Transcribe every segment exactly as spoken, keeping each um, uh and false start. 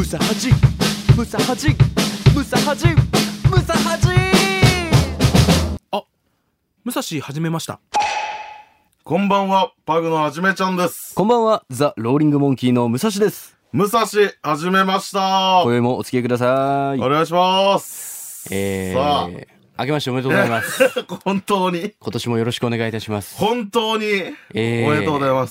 サハジムサハジムサハジムサハジ。あ、武蔵始めました。 こんばんは、パグのはじめちゃんです。 こんばんは、ザ・ローリングモンキーの武蔵です。 武蔵始めました。 今宵もお付き合いください。 お願いします。 えー、さあ明けましておめでとうございます。 本当に今年もよろしくお願いいたします。 本当に、えー、おめでとうございます。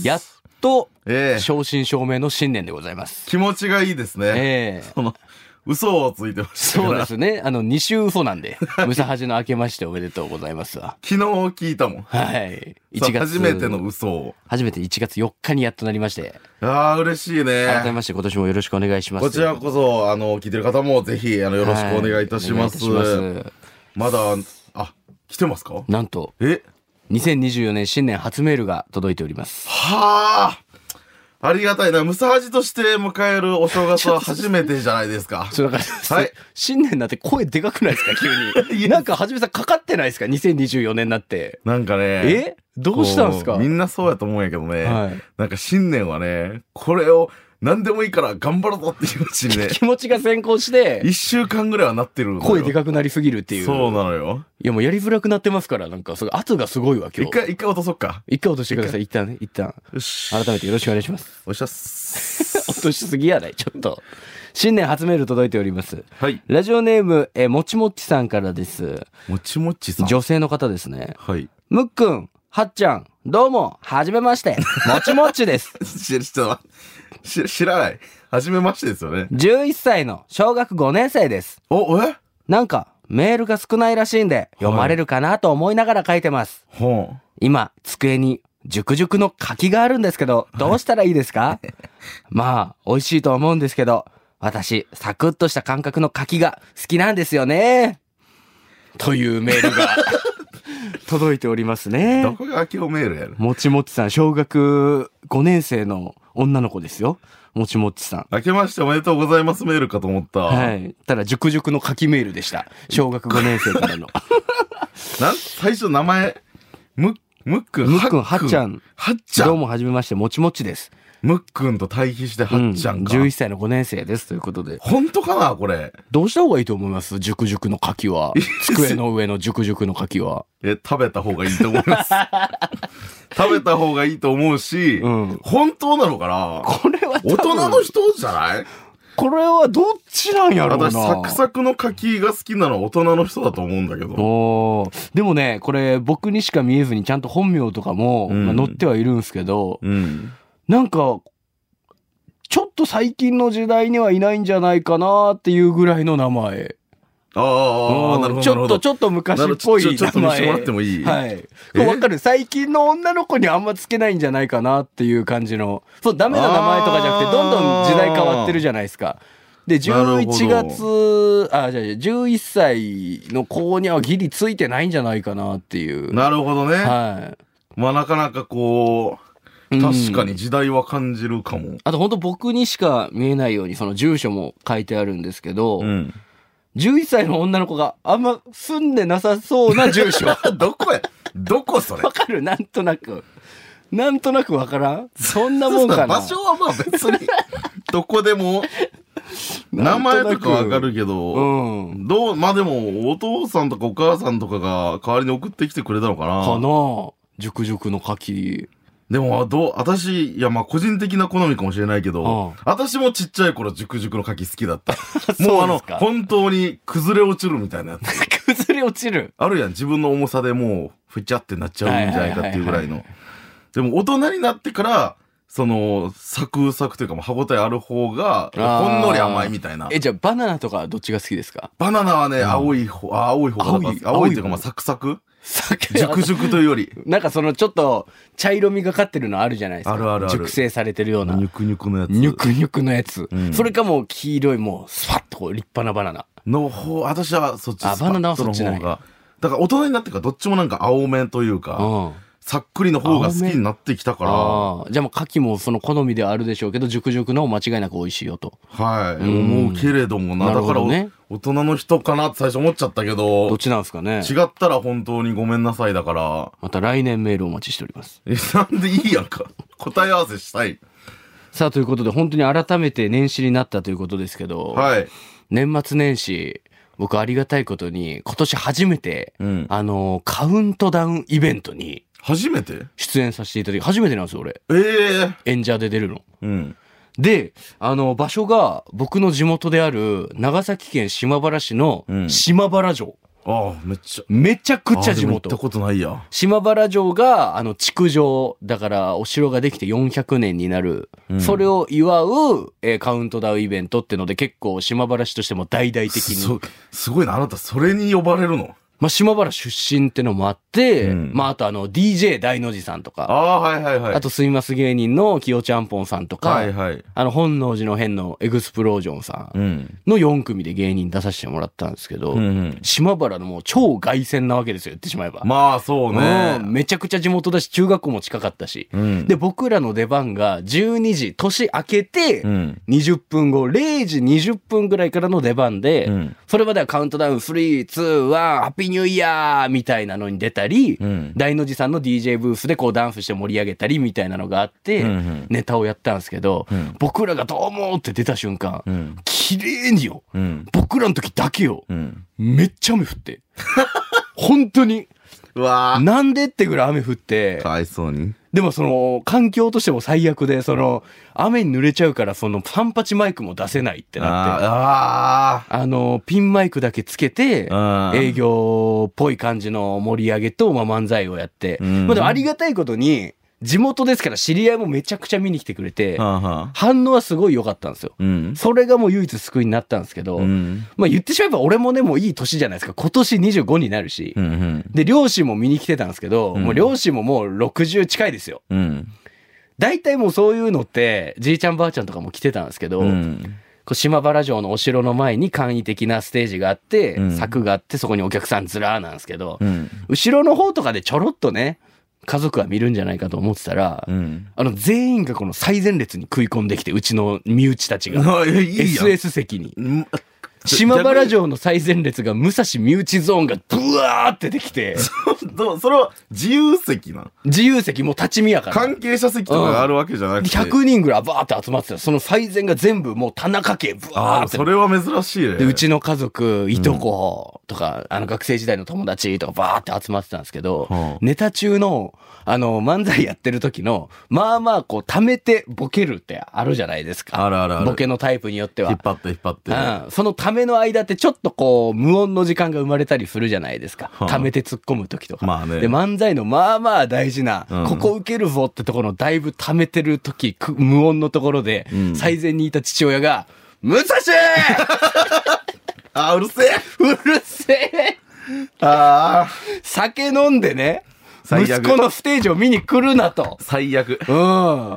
やっと、 えー、 正真正銘の新年でございます。 気持ちがいいですね。 えー、 その嘘をついてましたから。 そうですね。あの、二週嘘なんで、ムサハジの明けましておめでとうございますわ。 昨日聞いたもん。 はい。いちがつ。 初めての嘘を。 初めていちがつよっかにやっとなりまして。 ああ、嬉しいね。 改めまして今年もよろしくお願いします。 こちらこそ、あの、聞いてる方もぜひ、あの、よろしくお願いいたします。はい、お願いいたします。まだ、あ、来てますか？ なんと、 えにせんにじゅうよねん新年初メールが届いております。 はあ。ありがたいな。ムサハジとして迎えるお正月は初めてじゃないですか。 そうだから、はい、新年になって声でかくないですか急に。なんかはじめさんかかってないですかにせんにじゅうよねんになって。 なんかね。 えどうしたんですか？ みんなそうやと思うんやけどね。 はい、 なんか新年はね、これを何でもいいから頑張ろうぞっていう気持ちにね。 気持ちが先行して、 一週間ぐらいはなってるのよ。 声でかくなりすぎるっていう。 そうなのよ。 いやもうやりづらくなってますから、なんか、それ圧がすごいわ、今日。 一回、一回落とそっか。 一回落としてください、一旦ね、一旦。 よし。 改めてよろしくお願いします。 お願いします。 落としすぎやない、ちょっと。新年初メール届いております。 はい。 ラジオネーム、え、もちもちさんからです。 もちもちさん。 女性の方ですね。 はい。 むっくん、はっちゃん、どうも、はじめまして。もちもちです。 知、知らない。知らない。はじめましてですよね。 じゅういっさいの小学ごねん生です。 お、えなんか、メールが少ないらしいんで、読まれるかなと思いながら書いてます。 はい、 今、机に、熟々の柿があるんですけど、どうしたらいいですか？まあ、美味しいと思うんですけど、私、サクッとした感覚の柿が好きなんですよね。というメールが届いておりますね。 どこが秋おメールやる？ もちもちさん、小学ごねん生の女の子ですよ。もちもちさん。 明けましておめでとうございますメールかと思った。 はい。ただ、熟々の柿メールでした。小学ごねん生からの。 なん、最初名前、む、むっくん、 むっくん、はっちゃん。 はっちゃん。 どうもはじめまして、もちもちです。 むっくんと対比してはっちゃんか。 うん、じゅういっさいのごねん生です。ということで。 本当かなこれ。 どうした方がいいと思います熟々の柿は。机の上の熟々の柿は。 え、食べた方がいいと思います。食べた方がいいと思うし、うん、本当なのかなこれは大人の人じゃないこれはどっちなんやろうな。 私、サクサクの柿が好きなのは大人の人だと思うんだけど。 おでもね、これ僕にしか見えずにちゃんと本名とかも、うんまあ、載ってはいるんですけど、うん、なんか、ちょっと最近の時代にはいないんじゃないかなっていうぐらいの名前。 ああ、なるほど。 ちょっと、ちょっと昔っぽい名前。 ちょっと見せてもらってもいい？ はい。わかる。最近の女の子にあんまつけないんじゃないかなっていう感じの。そう、ダメな名前とかじゃなくて、どんどん時代変わってるじゃないですか。で、じゅういちがつ、あ、じゃあ、じゅういっさいの子にはギリついてないんじゃないかなっていう。 なるほどね。 はい。 まあ、なかなかこう、確かに時代は感じるかも。うん、 あと本当僕にしか見えないようにその住所も書いてあるんですけど、うん、じゅういっさいの女の子があんま住んでなさそうな住所。 どこやどこそれわかるなんとなく。なんとなくわからんそんなもんかな場所はまあ別に、どこでも、名前とかわかるけど、うん、どう、まあでもお父さんとかお母さんとかが代わりに送ってきてくれたのかなかな熟々の柿。 でも、どう、私、いや、まあ、個人的な好みかもしれないけど、ああ私もちっちゃい頃、熟々の柿好きだった。もうあの、本当に崩れ落ちるみたいなやつ。 崩れ落ちるあるやん、自分の重さでもう、ふちゃってなっちゃうんじゃないかっていうぐらいの。でも、大人になってから、その、サクサクというか、歯応えある方が、ほんのり甘いみたいな。 え、じゃあ、バナナとかどっちが好きですか？ バナナはね、青い方、青い方が青い、青いというか、まあ、サクサク熟々というより。 なんかそのちょっと茶色みがかってるのあるじゃないですか。 あるあるある。 熟成されてるような。 ニュクニュクのやつ。 ニュクニュクのやつ。うん、それかもう黄色いもうスパッとこう立派なバナナ。 の方、私はそっち。 あ、バナナはそっちない。 だから大人になってからどっちもなんか青めというか、うん、さっくりの方が好きになってきたから。 あじゃあもう牡蠣もその好みではあるでしょうけど、熟々の間違いなく美味しいよと。 はい。思うけれどもな。だから、ね、大人の人かなって最初思っちゃったけど。 どっちなんですかね。 違ったら本当にごめんなさいだから。 また来年メールお待ちしております。 え、なんでいいやんか。答え合わせしたい。 さあ、ということで、本当に改めて年始になったということですけど、 はい。 年末年始、僕ありがたいことに、今年初めて、 うん、 あの、カウントダウンイベントに、 初めて出演させていただき、初めてなんですよ、俺。 ええー。 演者で出るの。 うん。 で、あの、場所が僕の地元である長崎県島原市の島原城。 うん、ああ、めっちゃ。 めちゃくちゃ地元。 行ったことないや。 島原城が、あの、築城、だからお城ができてよんひゃくねんになる。うん、それを祝う、えー、カウントダウンイベントってので結構島原市としても大々的に。 す、すごいな。あなたそれに呼ばれるの？ まあ、島原出身ってのもあって、うん、まあ、あとあの、ディージェー 大の字さんとか、 ああ、はいはいはい。 あと、すみます芸人のきよちゃんぽんさんとか、 はいはい。 あの、本能寺の変のエグスプロージョンさんのよん組で芸人出させてもらったんですけど、うんうん、島原のもう超凱旋なわけですよ、言ってしまえば。 まあ、そうね、 うん。めちゃくちゃ地元だし、中学校も近かったし。うん、で、僕らの出番がじゅうにじ、年明けて、にじゅっぷんご、れいじにじゅっぷんぐらいからの出番で、うん、それまではカウントダウンスリー、ツー、ワン、ハッピーニューイヤーみたいなのに出たり、うん、大の字さんの ディージェー ブースでこうダンスして盛り上げたりみたいなのがあって、うんうん、ネタをやったんですけど、うん、僕らがどうもって出た瞬間、うん、綺麗によ、うん、僕らの時だけよ、うん、めっちゃ雨降って。本当に。 うわなんでってぐらい雨降って。 かわいそうに。 でもその、環境としても最悪で、その、雨に濡れちゃうから、その、三八マイクも出せないってなって。ああの、ピンマイクだけつけて、営業っぽい感じの盛り上げと、まあ、漫才をやって。うん、まあでもありがたいことに、地元ですから知り合いもめちゃくちゃ見に来てくれて、はあはあ、反応はすごい良かったんですよ、うん。それがもう唯一救いになったんですけど、うん、まあ言ってしまえば俺もね、もういい年じゃないですか。今年にじゅうごになるし。うんうん、で、両親も見に来てたんですけど、うん、もう両親ももうろくじゅう近いですよ。うん、大体もうそういうのって、じいちゃんばあちゃんとかも来てたんですけど、うん、こう島原城のお城の前に簡易的なステージがあって、うん、柵があって、そこにお客さんずらーなんですけど、うん、後ろの方とかでちょろっとね、家族は見るんじゃないかと思ってたら、うん、あの全員がこの最前列に食い込んできて、うちの身内たちが、いい エスエス 席に。島原城の最前列が武蔵身内ゾーンがブワーってできて。 そ, それは自由席なの？ 自由席も立ち見やから。 関係者席とかがあるわけじゃなくて。 ひゃくにんぐらいバーって集まってた。その最前が全部もう田中家ブワーって。 それは珍しいね。 で、うちの家族、いとこ、とか、うん、あの学生時代の友達とかバーって集まってたんですけど、うん、ネタ中の、あの、漫才やってる時の、まあまあこう、溜めてボケるってあるじゃないですか。 あるあるある。 ボケのタイプによっては。 引っ張って引っ張って。 うん。その溜めの間ってちょっとこう、無音の時間が生まれたりするじゃないですか。溜めて突っ込む時とか。 まあね。 で、漫才のまあまあ大事な、うん、ここ受けるぞってところのだいぶ溜めてる時、無音のところで、うん、最前にいた父親が、武蔵あ、うるせえうるせえああ。酒飲んでね。息子のステージを見に来るなと。 最悪。 うん。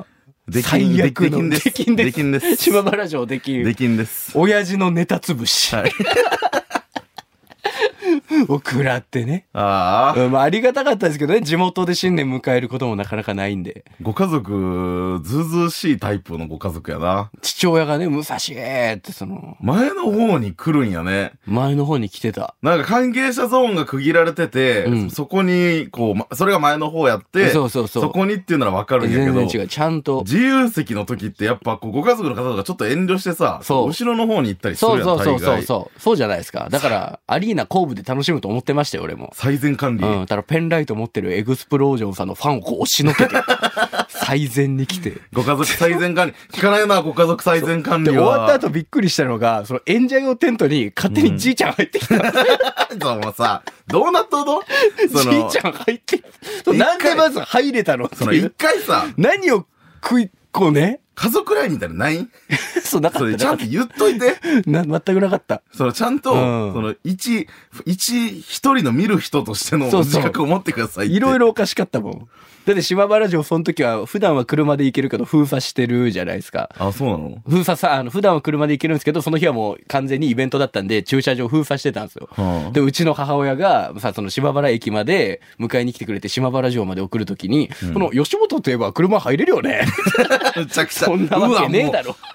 できん、 最悪のできんです。 できんです。 できんです。 島原城できん。 できんです。 親父のネタ潰し。はい。を食らってね。 ああ。 うん、まあありがたかったですけどね、地元で新年迎えることもなかなかないんで。 ご家族、ずうずうしいタイプのご家族やな。 父親がね、武蔵へってその。 前の方に来るんやね。 前の方に来てた。 なんか関係者ゾーンが区切られてて、うん、そこに、こう、それが前の方やって、 そうそうそう。 そこにっていうならわかるんやけど。 全然違う。ちゃんと。 自由席の時ってやっぱこうご家族の方とかちょっと遠慮してさ、そう。後ろの方に行ったりするやん。 そうそうそうそう。そうじゃないですか。だから、アリーナ後部で楽しむと思ってましたよ、俺も。 最善管理。 うん。ただペンライト持ってるエグスプロージョンさんのファンをこう押しのけて、最善に来て。 ご家族最善管理。聞かないな、ご家族最善管理は。 で、終わった後びっくりしたのが、その演者用テントに勝手にじいちゃん入ってきた。うん、 そうもうさ、どうなっとうのじいちゃん入って、なんでまず入れたのその一回さ、 何を食い、こうね。 家族ラインみたいなのないそう、なかった。それちゃんと言っといて。 な、全くなかった。 そのちゃんと、うん、その、一、一、一人の見る人としての自覚を持ってくださいって。 いろいろおかしかったもん。だって島原城その時は普段は車で行けるけど封鎖してるじゃないですか。 あ、そうなの？ 封鎖さ、あの普段は車で行けるんですけど、その日はもう完全にイベントだったんで駐車場封鎖してたんですよ。はあ、で、うちの母親がさ、その島原駅まで迎えに来てくれて島原城まで送るときに、うん、この吉本といえば車入れるよね。 めちゃくちゃ。 そんなわけねえだろ。 ず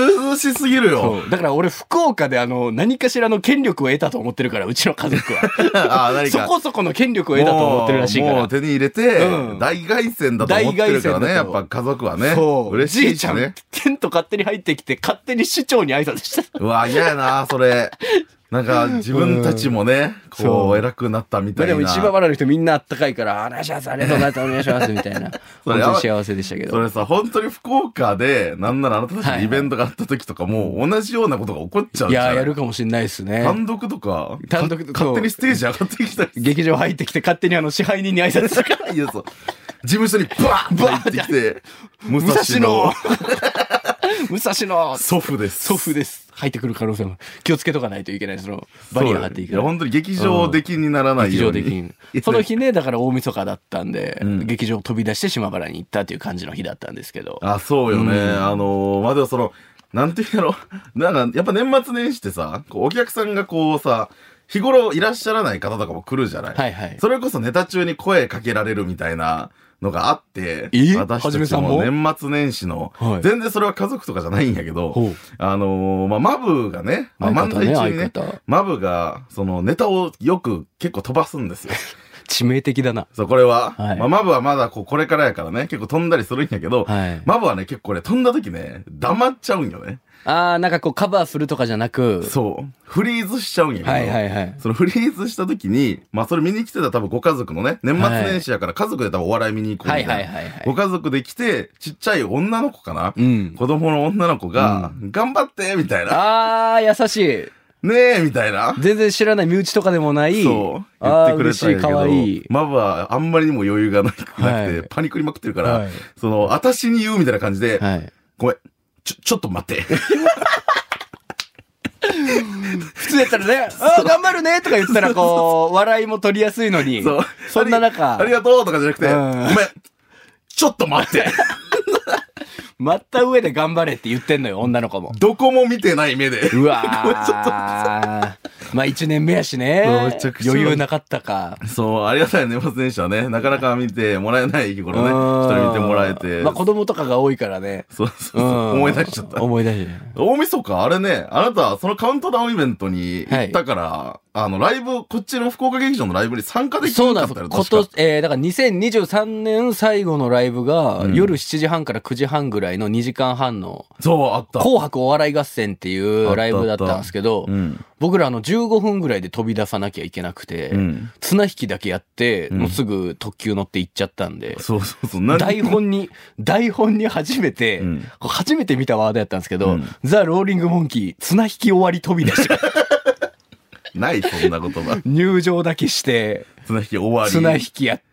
ずしすぎるよ。 そう。だから俺、福岡であの、何かしらの権力を得たと思ってるから、うちの家族は。 あ何かそこそこの権力を得たと思ってるらしいから。 もう手に入れて、 うん大凱旋だと思ってるからね、やっぱ家族はね。 そう。 嬉しいしね。 じいちゃん、テント勝手に入ってきて、勝手に市長に挨拶した。 うわ、嫌やな、それ。なんか、自分たちもね、こう、偉くなったみたいな。 でも一番原の人みんなあったかいから、お願いします、ありがとうございます、お願いします、みたいな。本当に幸せでしたけど。 それさ、本当に福岡で、なんならあなたたちのイベントがあった時とかも、同じようなことが起こっちゃうじゃん。 いや、やるかもしんないですね。 単独とか、 単独とか。 勝手にステージ上がってきたり。 劇場入ってきて、勝手にあの、支配人に挨拶するから。 いや、そう。事務所にバーンバーンってきて、武蔵野。 武蔵野祖父です。 祖父です。入ってくる可能性も気をつけとかないといけない。そのバリア張っていいから。 いや、本当に劇場的にならないように。 劇場的に。その日ね、だから大晦日だったんで、 うん、 劇場飛び出して島原に行ったっていう感じの日だったんですけど。 あ、そうよね。うん、あのー、まあ、でもその、なんていうんやろ。なんか、やっぱ年末年始ってさ、こうお客さんがこうさ、日頃いらっしゃらない方とかも来るじゃない。 はいはい。 それこそネタ中に声かけられるみたいなのがあって、私たちも年末年始の、はい、全然それは家族とかじゃないんやけど、あのー、まあ、マブがね、まあ、漫才中にね、マブが、そのネタをよく結構飛ばすんですよ。 致命的だな。 そう、これは。はい、まあ、マブはまだこう、これからやからね、結構飛んだりするんやけど、はい、マブはね、結構ね、飛んだ時ね、黙っちゃうんよね。 あー、なんかこうカバーするとかじゃなく。 そう。フリーズしちゃうんやけど。 はいはいはい。 そのフリーズした時に、まあそれ見に来てた多分ご家族のね、年末年始やから家族で多分お笑い見に行こうみたいな。はいはいはいはい。ご家族で来て、ちっちゃい女の子かな、うん、子供の女の子が、うん、頑張ってみたいな。 あー、優しい。 ねえみたいな。 全然知らない身内とかでもない。 そう。言ってくれたんやけど。 かわいい。 マブはあんまりにも余裕がなくて、はい、パニクりまくってるから、はい、その、私に言うみたいな感じで、はい、ごめん、ちょ、ちょっと待って。 普通やったらね、ああ、頑張るねとか言ったら、こう、笑いも取りやすいのに。そう。そんな中。 ありがとうとかじゃなくて、うん、ごめん、ちょっと待って。 待った上で頑張れって言ってんのよ、女の子も。 どこも見てない目で。 うわー。まあ一年目やしね。めちゃくちゃ余裕なかったか。 そう、ありがたい年末年始はね、なかなか見てもらえない日頃ね、一人見てもらえて。 まあ子供とかが多いからね。 そうそうそう。思い出しちゃった。 思い出しちゃった。 大晦日、あれね、あなた、そのカウントダウンイベントに行ったから、はい、あの、ライブ、こっちの福岡劇場のライブに参加できなかったよ、 そうなんです。今年、えー、だからにせんにじゅうさんねん最後のライブが、うん、夜しちじはんからくじはんぐらいのにじかんはんの、 そう、あった。 紅白お笑い合戦っていうライブだったんですけど、うん、僕らあのじゅうごふんぐらいで飛び出さなきゃいけなくて、うん、綱引きだけやって、もうすぐ特急乗って行っちゃったんで、 そうそうそう。 台本に、台本に初めて、うん、初めて見たワードやったんですけど、うん、ザ・ローリング・モンキー、綱引き終わり飛び出し。 ない、そんな言葉。 入場だけして、 綱引き終わり。 綱引きやって、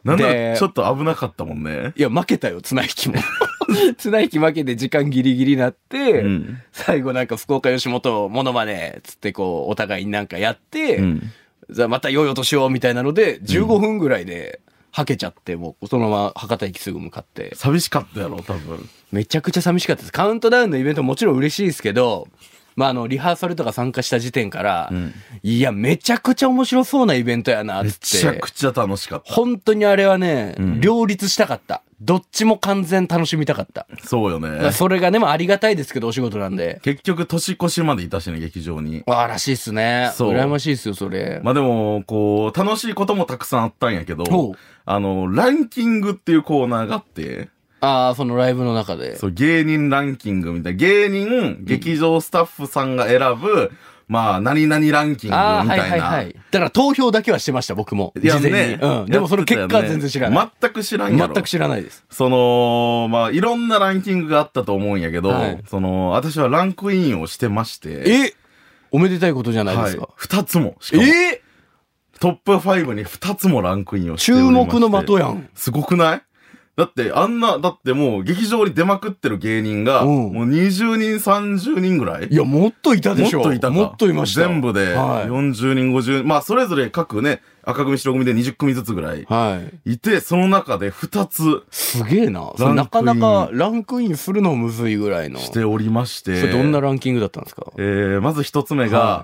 なんだ、ちょっと危なかったもんね。 いや、負けたよ、綱引きも。綱引き負けて時間ギリギリになって、うん、最後なんか福岡吉本モノマネつってこう、お互いになんかやって、うん、じゃあまた良い音しようみたいなので、じゅうごふんぐらいで、はけちゃって、もうそのまま博多駅すぐ向かって。 寂しかったやろ、多分。 めちゃくちゃ寂しかったです。カウントダウンのイベントももちろん嬉しいですけど、まあ、あの、リハーサルとか参加した時点から、うん、いや、めちゃくちゃ面白そうなイベントやな、って。めちゃくちゃ楽しかった。 本当にあれはね、うん、両立したかった。どっちも完全楽しみたかった。 そうよね。 それがね、まあありがたいですけど、お仕事なんで。 結局、年越しまでいたしね、劇場に。 ああ、らしいっすね。そう。羨ましいっすよ、それ。 まあでも、こう、楽しいこともたくさんあったんやけど、あの、ランキングっていうコーナーがあって、 ああ、そのライブの中で。 そう、芸人ランキングみたいな。芸人、劇場スタッフさんが選ぶ、まあ、何々ランキングみたいな。はいはいはい。 だから投票だけはしてました、僕も。いやね。うん。でもその結果は全然知らない。 全く知らんやろ。 全く知らないです。 その、まあ、いろんなランキングがあったと思うんやけど、はい、その、私はランクインをしてまして。 えおめでたいことじゃないですか。 二、はい、つも。しかも。えトップファイブに二つもランクインをしておりまして。 注目の的やん。 すごくないだって、あんな、だってもう、劇場に出まくってる芸人が、うん、もうにじゅうにん、さんじゅうにんぐらいいや、もっといたでしょ。 もっといたか。 もっといました。 全部で、よんじゅうにん、ごじゅうにん、まあ、それぞれ各ね、赤組、白組でにじゅっ組ずつぐらい。はい。いて、その中でふたつ。 すげえな。なかなかランクインするのむずいぐらいの。 しておりまして。 それどんなランキングだったんですか？ えー、まずひとつめが、はい、え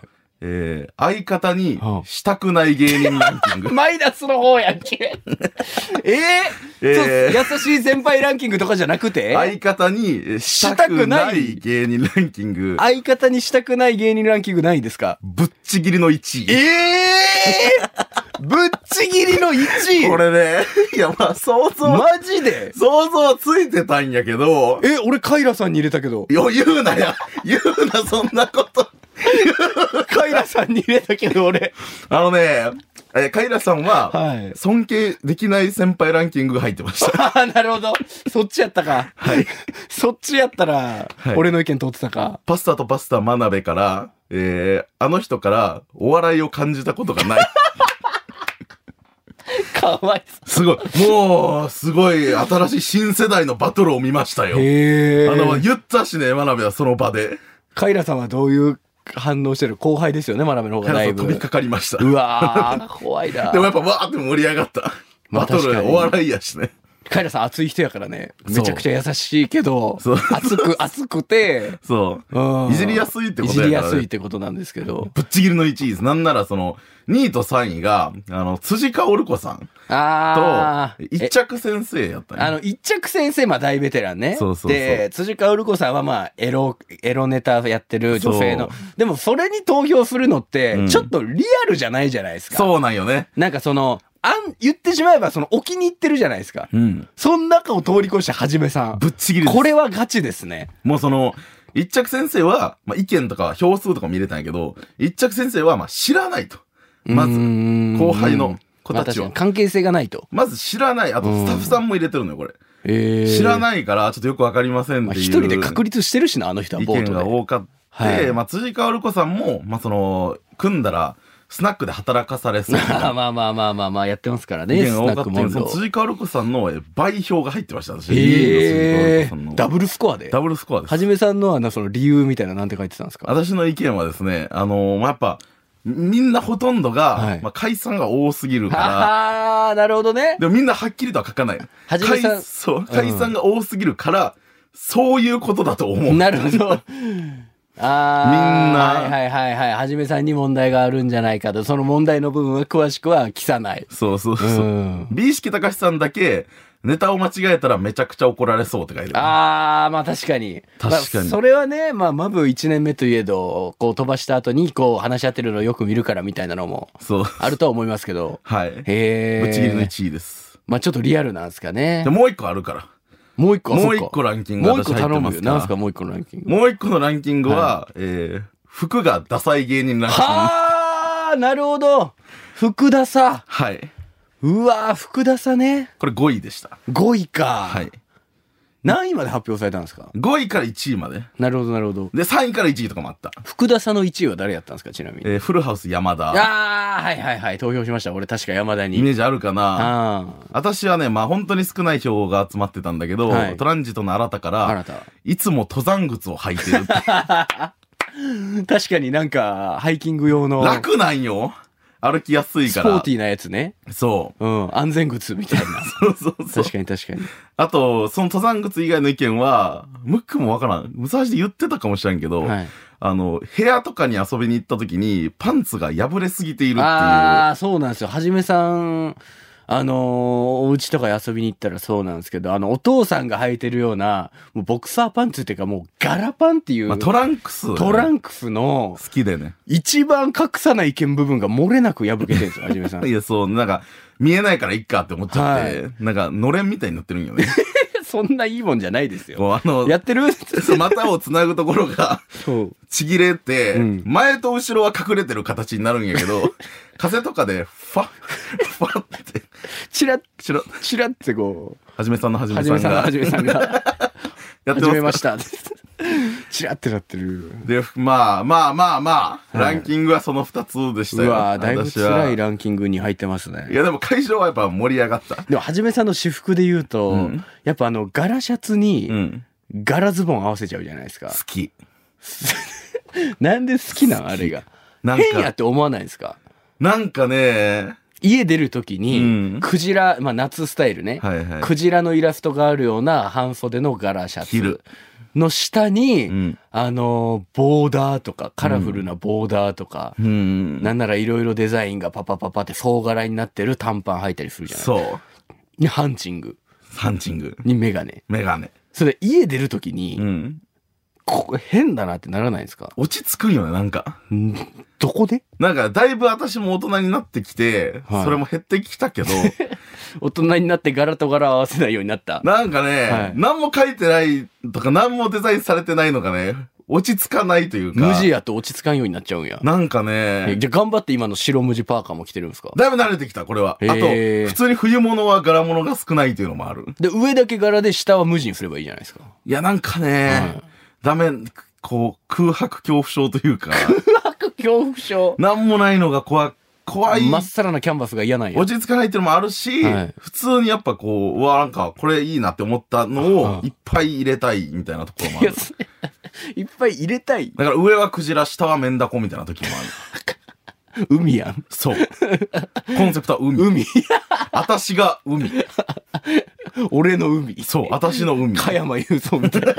えー、相方にしたくない芸人ランキング。 マイナスの方やんけ。えー、えー、優しい先輩ランキングとかじゃなくて相方にしたくない芸人ランキング。 相方にしたくない芸人ランキングないですか？ ぶっちぎりのいちい。 えー、ぶっちぎりのいちい。 これね、いやまあ想像。 マジで想像はついてたんやけど。 え、俺カイラさんに入れたけど。 よ、言うなや。言うな、そんなこと。 カイラさんに入れたけど俺。 あのね、え、カイラさんは、尊敬できない先輩ランキングが入ってました。 ああ、なるほど。そっちやったか。 はい。 そっちやったら、はい、俺の意見通ってたか。 パスタとパスタ真鍋から、えー、あの人からお笑いを感じたことがない。 かわいそう。 すごい。もう、すごい、新しい新世代のバトルを見ましたよ。 へー。 あの、言ったしね、真鍋はその場で。 カイラさんはどういう反応してる？後輩ですよね、真鍋の方がだいぶ。 飛びかかりました。 うわー、怖いな。 でもやっぱわーって盛り上がった。バトル、お笑いやしね。 カイラさん熱い人やからね。めちゃくちゃ優しいけど、熱く、熱くて、 そう。いじりやすいってことやからね。いじりやすいってことなんですけど。 ぶっちぎりのいちいです。なんならその、にいとさんいが、あの、辻香織子さん。 あと、一着先生やったね。 あの、一着先生、まあ大ベテランね。 そうそうそう。 で、辻香織子さんはまあ、エロ、エロネタやってる女性の。でもそれに投票するのって、ちょっとリアルじゃないじゃないですか。 そうなんよね。 なんかその、あん、言ってしまえば、その、置きに行ってるじゃないですか。 うん。 その中を通り越してはじめさん。 ぶっちぎりです。 これはガチですね。 もうその、一着先生は、まあ、意見とか票数とか見れたんやけど、一着先生は、まあ、知らないと。まず、後輩の子たちは。 まあ、関係性がないと。 まず知らない。あと、スタッフさんも入れてるのよ、これ。 えー、 知らないから、ちょっとよくわかりませんっていう。 一人で確立してるしな、あの人は。 意見が多かった。はい、まあ、辻香織子さんも、まあ、その、組んだら、スナックで働かされそうな。 まあまあまあまあまあ、やってますからね。 意見が多かったんで、その辻香織子さんの倍票が入ってました、私。 えー、ダブルスコアでダブルスコアです。 はじめさんのあの、その理由みたいななんて書いてたんですか？ 私の意見はですね、あのー、まあ、やっぱ、みんなほとんどが、はい、まあ、解散が多すぎるから。 ああ、なるほどね。 でもみんなはっきりとは書かない。 はじめさん。 そう、解散が多すぎるから、うん、そういうことだと思う。 なるほど。ああ。 みんな。 はいはいはいはい。はじめさんに問題があるんじゃないかと。その問題の部分は詳しくは記さない。 そうそうそう。うん、美意識高しさんだけ、ネタを間違えたらめちゃくちゃ怒られそうって書いてる。 ああ、まあ確かに。 確かに。 まあ、それはね、まあ、マブいちねんめといえど、こう飛ばした後に、こう話し合ってるのをよく見るからみたいなのも、そう。あるとは思いますけど。 はい。 へえ。 ぶっちぎりのいちいです。 まあちょっとリアルなんですかね。 でもう一個あるから。 もう一個もう一個ランキングが私入ってますから。もう一個頼むよ。なんすかもう一個のランキング。 もう一個のランキングは、はい、えー、服がダサい芸人ランキング。 はあ、なるほど。服ダサ。 はい。 うわー、福田さね。 これごいでした。 ごいか。 はい。 何位まで発表されたんですか？ ご 位からいちいまで。 なるほど、なるほど。 で、さんいからいちいとかもあった。 福田さんのいちいは誰やったんですか、ちなみに。 えー、フルハウス山田。 ああ、はいはいはい。投票しました。俺確か山田に。 イメージあるかな？ あ私はね、まあ本当に少ない票が集まってたんだけど、はい、トランジットの新たから、 新た。 いつも登山靴を履いてるって。 確かになんか、ハイキング用の。 楽なんよ。歩きやすいから。 スポーティーなやつね。 そう。 うん。安全靴みたいな。 そうそうそう。 確かに確かに。 あと、その登山靴以外の意見は、ムックもわからん。むさわしで言ってたかもしれんけど、はい、あの、部屋とかに遊びに行った時に、パンツが破れすぎているっていう。 ああ、そうなんですよ。はじめさん、あのー、お家とか遊びに行ったらそうなんですけど、あの、お父さんが履いてるような、もうボクサーパンツっていうかもうガラパンっていう。 まあ、トランクス、ね。 トランクスの。 好きでね。 一番隠さない意見部分が漏れなく破けてるんですよ、はじめさん。 いや、そう、なんか、見えないからいっかって思っちゃって、はい、なんか、のれんみたいになってるんよね。 そんないいもんじゃないですよ。 あの、 やってる股をつなぐところが、ちぎれて、うん、前と後ろは隠れてる形になるんやけど、風とかで、ファッ、ファッって、 チラッ、チラッ、チラッってこう、 はじめさんのはじめさんが、 はじめさんが、 やってめました。チラッってなってる。 で、まあまあまあまあ、ランキングはそのふたつでしたよ。 うわだいぶ辛いランキングに入ってますね。 いやでも会場はやっぱ盛り上がった。 でもはじめさんの私服で言うと、うん、やっぱあの、柄シャツに、柄ズボン合わせちゃうじゃないですか。 好き。 なんで好きなんあれが。なんか変やって思わないですか？ なんかね、 家出るときに、うん、クジラ、まあ夏スタイルね、はいはい、クジラのイラストがあるような半袖の柄シャツ。 着る。 の下に、 うん、 あの、ボーダーとか、カラフルなボーダーとか、 うん、 なんならいろいろデザインがパパパパって総柄になってる短パン履いたりするじゃない。 そう。 にハンチング。 ハンチング。 にメガネ。 メガネ。 それ家出るときに、 うん、 ここ変だなってならないですか？ 落ち着くんよね、なんか。 んどこで？ なんか、だいぶ私も大人になってきて、はい、それも減ってきたけど、 大人になって柄と柄合わせないようになった。 なんかね、はい、何も書いてないとか、何もデザインされてないのがね、落ち着かないというか。 無地やと落ち着かんようになっちゃうんや。 なんかね。 じゃあ頑張って今の白無地パーカーも着てるんですか？ だいぶ慣れてきた、これは。あと、普通に冬物は柄物が少ないというのもある。 で、上だけ柄で下は無地にすればいいじゃないですか。 いや、なんかね、はい、ダメ、こう、空白恐怖症というか。 空白恐怖症なんもないのが怖、怖い。 まっさらなキャンバスが嫌なんや。 落ち着かないっていうのもあるし、はい、普通にやっぱこう、うわ、なんかこれいいなって思ったのをいっぱい入れたいみたいなところもある。 いっぱい入れたい。 だから上はクジラ、下はメンダコみたいな時もある。海やん。 そう。コンセプトは海。 海。 私が海。 俺の海。 そう、私の海。 加山雄三みたいな。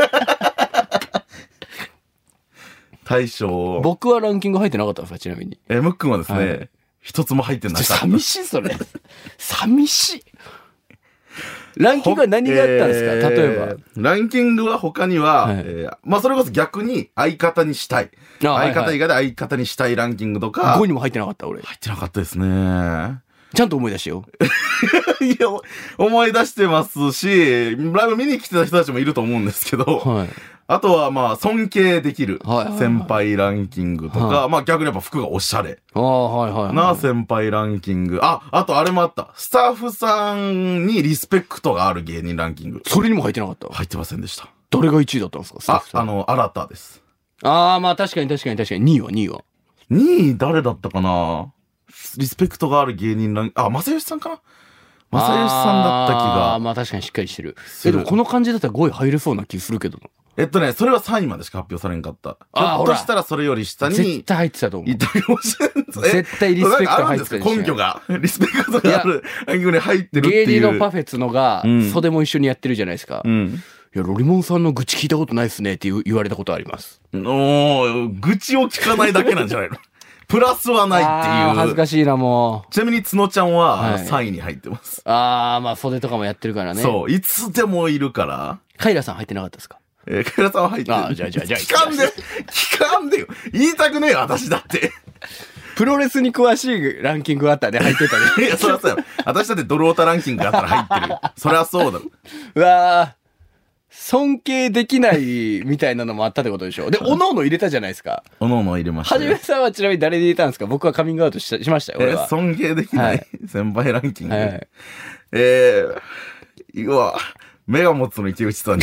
大将。 僕はランキング入ってなかったんですか、ちなみに。 え、ムックンはですね、はい、一つも入ってなかった。 寂しい、それ。寂しい。ランキングは何があったんですか、えー、例えば。 ランキングは他には、はい、えー、まあそれこそ逆に相方にしたい。相方以外で相方にしたいランキングとか。 ごいにも入ってなかった、俺。 入ってなかったですね。 ちゃんと思い出してよ。 いや、思い出してますし、ライブ見に来てた人たちもいると思うんですけど、はい、あとはまあ尊敬できる先輩ランキングとか、はいはいはい、まあ逆にやっぱ服がおしゃれな先輩ランキング。あ、あとあれもあった。スタッフさんにリスペクトがある芸人ランキング。 それにも入ってなかった？ 入ってませんでした。 誰がいちいだったんですか？スタッフさん。 あ、あの、新たです。 ああ、まあ確かに確かに確かに。にいはにいはにい誰だったかな？リスペクトがある芸人ラン、あ、正義さんかな？正義さんだった気が。 ああ、まあ確かにしっかりしてる。え、でもこの感じだったらごい入れそうな気するけどな。 えっとね、それはさんいまでしか発表されんかった。 ああ、 ひょっとしたらそれより下に。 絶対入ってたと思う。 いたかもしれん。 絶対リスペクト入ってたでしょ。 根拠が。リスペクトがあるランキングに入ってるっていう。 芸人のパフェツのが、袖も一緒にやってるじゃないですか。 うん。 いや、ロリモンさんの愚痴聞いたことないっすねって言われたことあります。 おー、愚痴を聞かないだけなんじゃないの？プラスはないっていう。 恥ずかしいな、もう。ちなみに、つのちゃんはさんいに入ってます。 はい、ああ、まあ、袖とかもやってるからね。 そう。いつでもいるから。 カイラさん入ってなかったですか？ えー、カイラさんは入ってる。 ああ、じゃあじゃあじゃあ。 聞かんで、聞かんでよ。言いたくねえよ、私だって。 プロレスに詳しいランキングあったね、入ってたね。 いや、そりゃそうやろ。私だってドルオタランキングがあったら入ってるよ。そりゃそうだろ。 うわー。尊敬できないみたいなのもあったってことでしょ。で、おのおの入れたじゃないですか。 おのおの入れました、 はじめさんはちなみに誰で入れたんですか？僕はカミングアウト し, しましたよ。俺は。 えー、尊敬できない、はい、先輩ランキング。はい、えー、うわ、目が持つの池内さんに。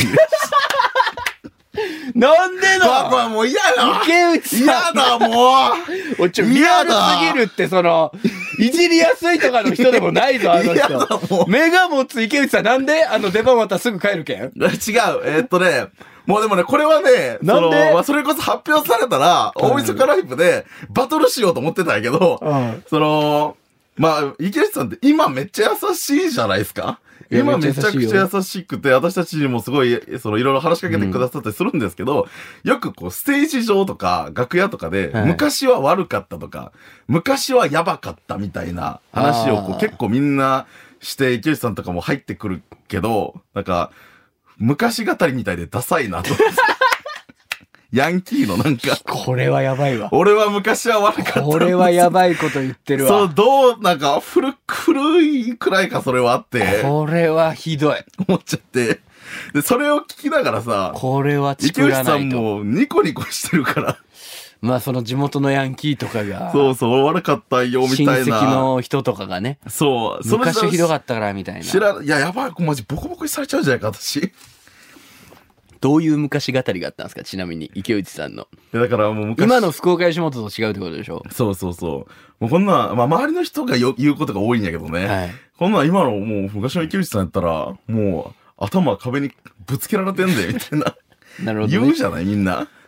なんでだパパもう嫌だ池内さん嫌だもうおちょ、リアルすぎるって、その、いじりやすいとかの人でもないぞ、あの人。目が持つ池内さん、なんであの出番またすぐ帰るけん違う。 えー、っとね、もうでもね、これはね、 なんでその、まあ、それこそ発表されたら、大晦日ライブでバトルしようと思ってたんやけど、うん、その、まあ、池内さんって今めっちゃ優しいじゃないですか。今めちゃくちゃ優しくて、私たちにもすごい、そのいろいろ話しかけてくださったりするんですけど、うん、よくこうステージ上とか楽屋とかで、はい、昔は悪かったとか、昔はやばかったみたいな話をこう結構みんなして、池内さんとかも入ってくるけど、なんか、昔語りみたいでダサいなと。ヤンキーのなんか。 これはやばいわ。 俺は昔は悪かった。 これはやばいこと言ってるわ。 そう、どう、なんか、古、古いくらいか、それはあって。 これはひどい。 思っちゃって。で、それを聞きながらさ、 これはチクらないと。 池内さんもニコニコしてるから。 まあ、その地元のヤンキーとかが。 そうそう、悪かったよ、みたいな。 親戚の人とかがね。 そう。 昔ひどかったから、みたいな。 知ら、いや、やばい、マジボコボコにされちゃうんじゃないか、私。 どういう昔語りがあったんですか？ちなみに池内さんの。 だからもう昔今の福岡吉本と違うってことでしょ？ そうそうそう。もうこんな、まあ周りの人がよ言うことが多いんやけどね。はい、こんな今のもう昔の池内さんやったら、もう頭壁にぶつけられてんで、みたいな。 なるほど、ね。 言うじゃないみんな。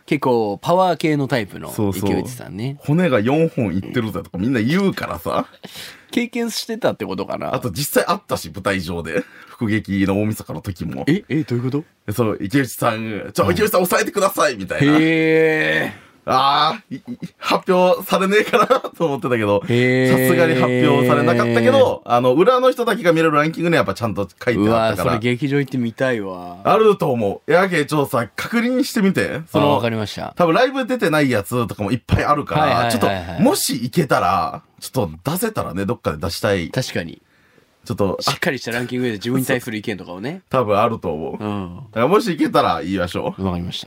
結構パワー系のタイプの池内さんね。 そうそう、骨がよんほんいってるぜとかみんな言うからさ。 経験してたってことかな。 あと実際あったし、舞台上で。副劇の大晦日の時も。 ええ、どういうこと？ そう、池内さん、ちょ、池内さん抑えてくださいみたいな。へー。ああ、発表されねえかなと思ってたけど、さすがに発表されなかったけど、あの、裏の人だけが見れるランキングにやっぱちゃんと書いてあったから。うわ、 それ劇場行ってみたいわ。 あると思う。やけちょっとさ、確認してみて。 その、わかりました。 多分ライブ出てないやつとかもいっぱいあるから、ちょっと、もし行けたら、ちょっと出せたらね、どっかで出したい。 確かに。 ちょっと、 しっかりしたランキングで自分に対する意見とかをね。 多分あると思う。うん。だからもし行けたら言いましょう。わかりました。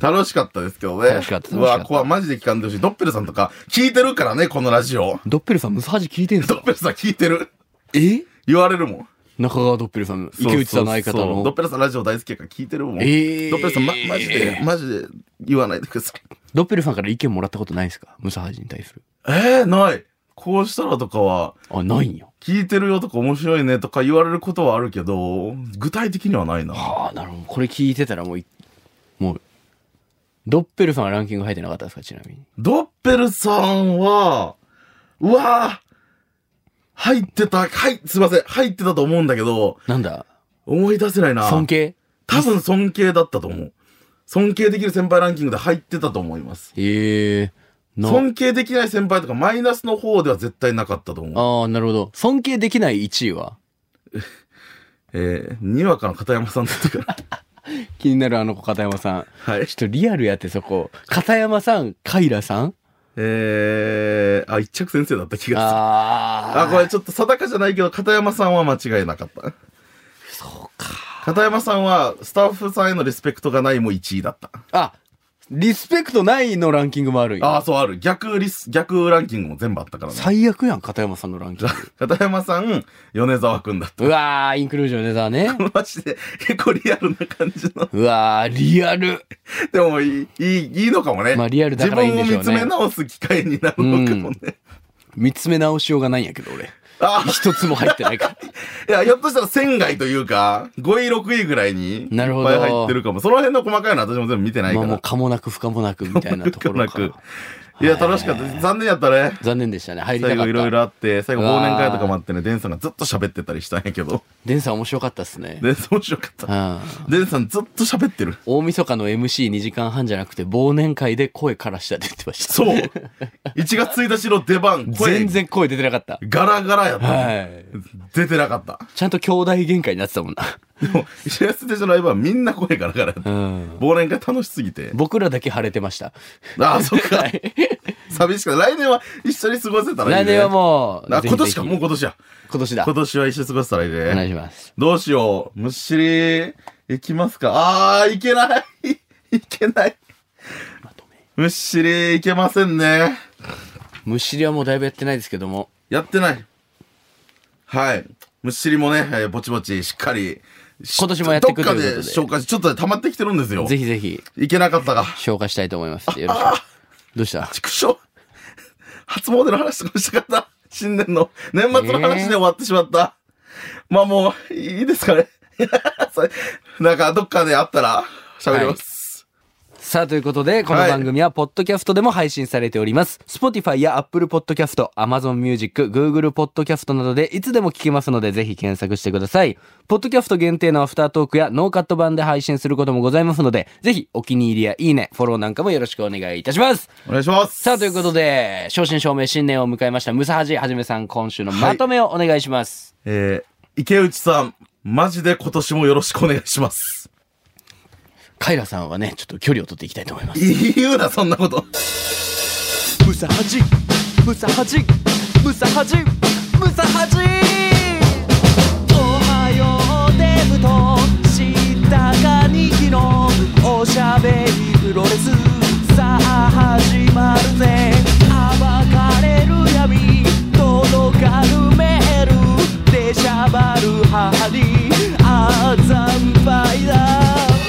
楽しかったですけどね。 楽しかった。 うわ、こわ、マジで聞かんでほしい。ドッペルさんとか聞いてるからね、このラジオ。 ドッペルさん、ムサハジ聞いてるんですか？ ドッペルさん聞いてる。 え？ 言われるもん。 中川ドッペルさん、池内さんの相方の。 ドッペルさんラジオ大好きやから聞いてるもん。えー、ドッペルさん、ま、マジで、マジで言わないでください。 ドッペルさんから意見もらったことないですか？ムサハジに対する。 えー、ない。こうしたらとかは。 あ、ないんや。 聞いてるよとか面白いねとか言われることはあるけど、具体的にはないな。 ああ、なるほど。これ聞いてたらもう、もう、ドッペルさんはランキング入ってなかったですか、ちなみに。 ドッペルさんは、うわぁ、入ってた、はい、すいません、入ってたと思うんだけど。 なんだ？ 思い出せないな。 尊敬？ 多分尊敬だったと思う。尊敬できる先輩ランキングで入ってたと思います。 へえ。 尊敬できない先輩とかマイナスの方では絶対なかったと思う。 ああ、なるほど。尊敬できないいちいはえー、にわかの片山さんだったから。 気になるあの子片山さん。はい。ちょっとリアルやってそこ。片山さん、カイラさんえー、あ、一着先生だった気がする。ああ。あ、これちょっと定かじゃないけど、片山さんは間違いなかった。 そうか。 片山さんはスタッフさんへのリスペクトがないもいちいだった。 あ、リスペクトないのランキングもあるんや。 ああ、そうある。逆リス、逆ランキングも全部あったからね。 最悪やん、片山さんのランキング。 片山さん、米沢くんだった。 うわー、インクルージョン米沢ね。 マジで、結構リアルな感じの。 うわー、リアル。 でもいい、いい、いいのかもね。 まあリアルだからいいんでしょうね。 自分を見つめ直す機会になるのかもね。うん、 見つめ直しようがないんやけど、俺。あ一つも入ってないから。 いや、ひょっとしたら仙外というか、ごい、ろくいぐらいに、いっぱい入ってるかも。その辺の細かいのは私も全部見てないから。まあもう、かもなく不可もなくみたいなところか。かもなく。 いや、楽しかった。残念やったね。 残念でしたね。入りたかった。 最後いろいろあって、最後忘年会とかもあってね、デンさんがずっと喋ってたりしたんやけど。 デンさん面白かったっすね。 デンさん面白かった。デンさんずっと喋ってる。 大晦日の エムシーに 時間半じゃなくて、忘年会で声からしたって言ってました。 そう。いちがつついたちの出番、 声。全然声出てなかった。 ガラガラやった。はい。出てなかった。 ちゃんと兄弟喧嘩になってたもんな。 でも、いちがつついたちのライブはみんな声ガラガラやった。忘年会楽しすぎて。 僕らだけ晴れてました。 ああ、そっか。寂しかった。来年は一緒に過ごせたらいいね。 来年はもう。 あ、今年か、もう今年や。 今年だ。 今年は一緒に過ごせたらいいね。 お願いします。 どうしよう。むっしり、行きますか。ああ、行けない。行けない。むっしり、行けませんね。 むっしりはもうだいぶやってないですけども。 やってない。はい。むっしりもね、えー、ぼちぼちしっかり。 今年もやっていくということで。 どっかで消化し、ちょっと溜まってきてるんですよ。 ぜひぜひ。 行けなかったが。 消化したいと思います。よろしく。どうした？ 畜生。初詣の話とかしたかった。新年の、年末の話で終わってしまった。えー、まあもう、いいですかね。なんか、どっかであったら、喋ります。はいさあ、ということで、この番組は、ポッドキャストでも配信されております。Spotify や Apple Podcast、Amazon Music、Google Podcast などでいつでも聞けますので、ぜひ検索してください。ポッドキャスト限定のアフタートークやノーカット版で配信することもございますので、ぜひお気に入りやいいね、フォローなんかもよろしくお願いいたします。 お願いします。 さあ、ということで、正真正銘新年を迎えました、ムサハジはじめさん、今週のまとめをお願いします。 はい、えー、池内さん、マジで今年もよろしくお願いします。 カイラさんはね、ちょっと距離を取っていきたいと思います。 言うな、そんなこと。 ムサハジ、ムサハジ、ムサハジ、ムサハジ。おはようデブとしたかにきのおしゃべりプロレス。さあ始まるぜ。暴かれる闇、届かぬメールでしゃばる母にあざんぱいだ。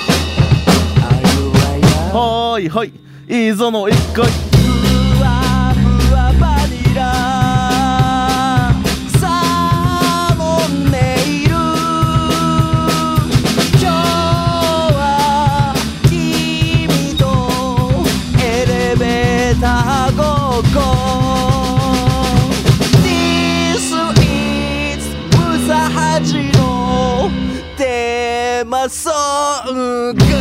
はいはい、いいぞの一回。 ふわふわバニラサーモンネイル。今日は君とたごっこ This is ムサハジのテーマソング